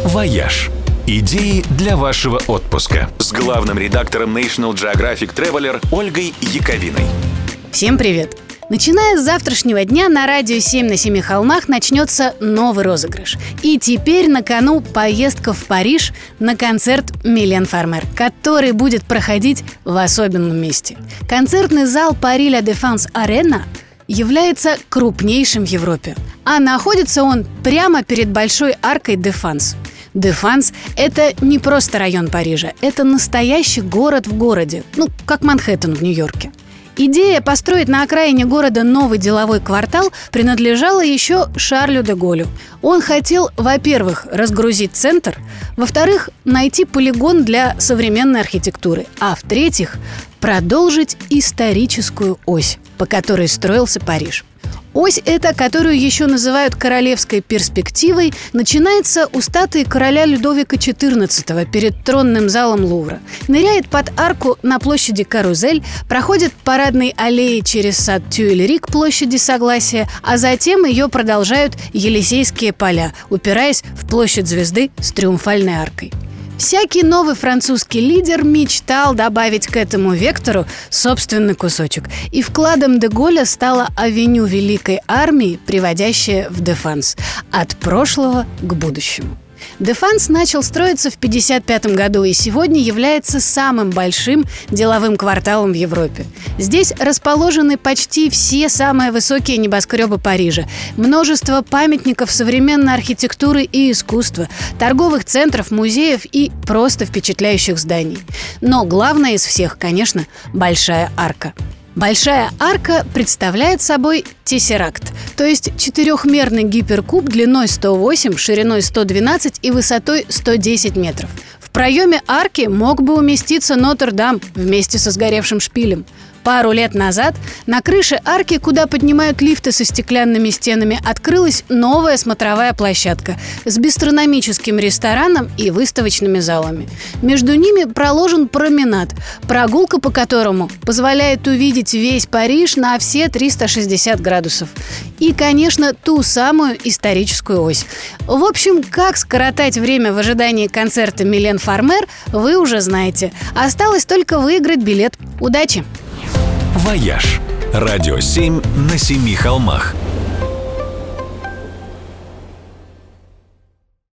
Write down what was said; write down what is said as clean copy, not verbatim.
«Вояж». Идеи для вашего отпуска с главным редактором National Geographic Traveler Ольгой Яковиной. Всем привет! Начиная с завтрашнего дня на радио 7 на Семи холмах начнется новый розыгрыш. И теперь на кону поездка в Париж на концерт Милен Фармер, который будет проходить в особенном месте. Концертный зал Paris La Défense Arena является крупнейшим в Европе. А находится он прямо перед большой аркой Дефанс. Дефанс – это не просто район Парижа, это настоящий город в городе, как Манхэттен в Нью-Йорке. Идея построить на окраине города новый деловой квартал принадлежала еще Шарлю де Голлю. Он хотел, во-первых, разгрузить центр, во-вторых, найти полигон для современной архитектуры, а в-третьих, продолжить историческую ось, по которой строился Париж. Ось эта, которую еще называют королевской перспективой, начинается у статуи короля Людовика XIV перед тронным залом Лувра, ныряет под арку на площади Карузель, проходит парадной аллеей через сад Тюильри к площади Согласия, а затем ее продолжают Елисейские поля, упираясь в площадь Звезды с Триумфальной аркой. Всякий новый французский лидер мечтал добавить к этому вектору собственный кусочек. И вкладом де Голля стала авеню Великой Армии, приводящая в Дефанс. От прошлого к будущему. Дефанс начал строиться в 1955 году и сегодня является самым большим деловым кварталом в Европе. Здесь расположены почти все самые высокие небоскребы Парижа, множество памятников современной архитектуры и искусства, торговых центров, музеев и просто впечатляющих зданий. Но главное из всех, конечно, Большая арка. Большая арка представляет собой тессеракт, то есть четырехмерный гиперкуб длиной 108, шириной 112 и высотой 110 метров. В проеме арки мог бы уместиться Нотр-Дам вместе со сгоревшим шпилем. Пару лет назад на крыше арки, куда поднимают лифты со стеклянными стенами, открылась новая смотровая площадка с гастрономическим рестораном и выставочными залами. Между ними проложен променад, прогулка по которому позволяет увидеть весь Париж на все 360 градусов. И, конечно, ту самую историческую ось. В общем, как скоротать время в ожидании концерта Милен Фармер, вы уже знаете. Осталось только выиграть билет. Удачи! «Вояж». Радио 7 на Семи холмах.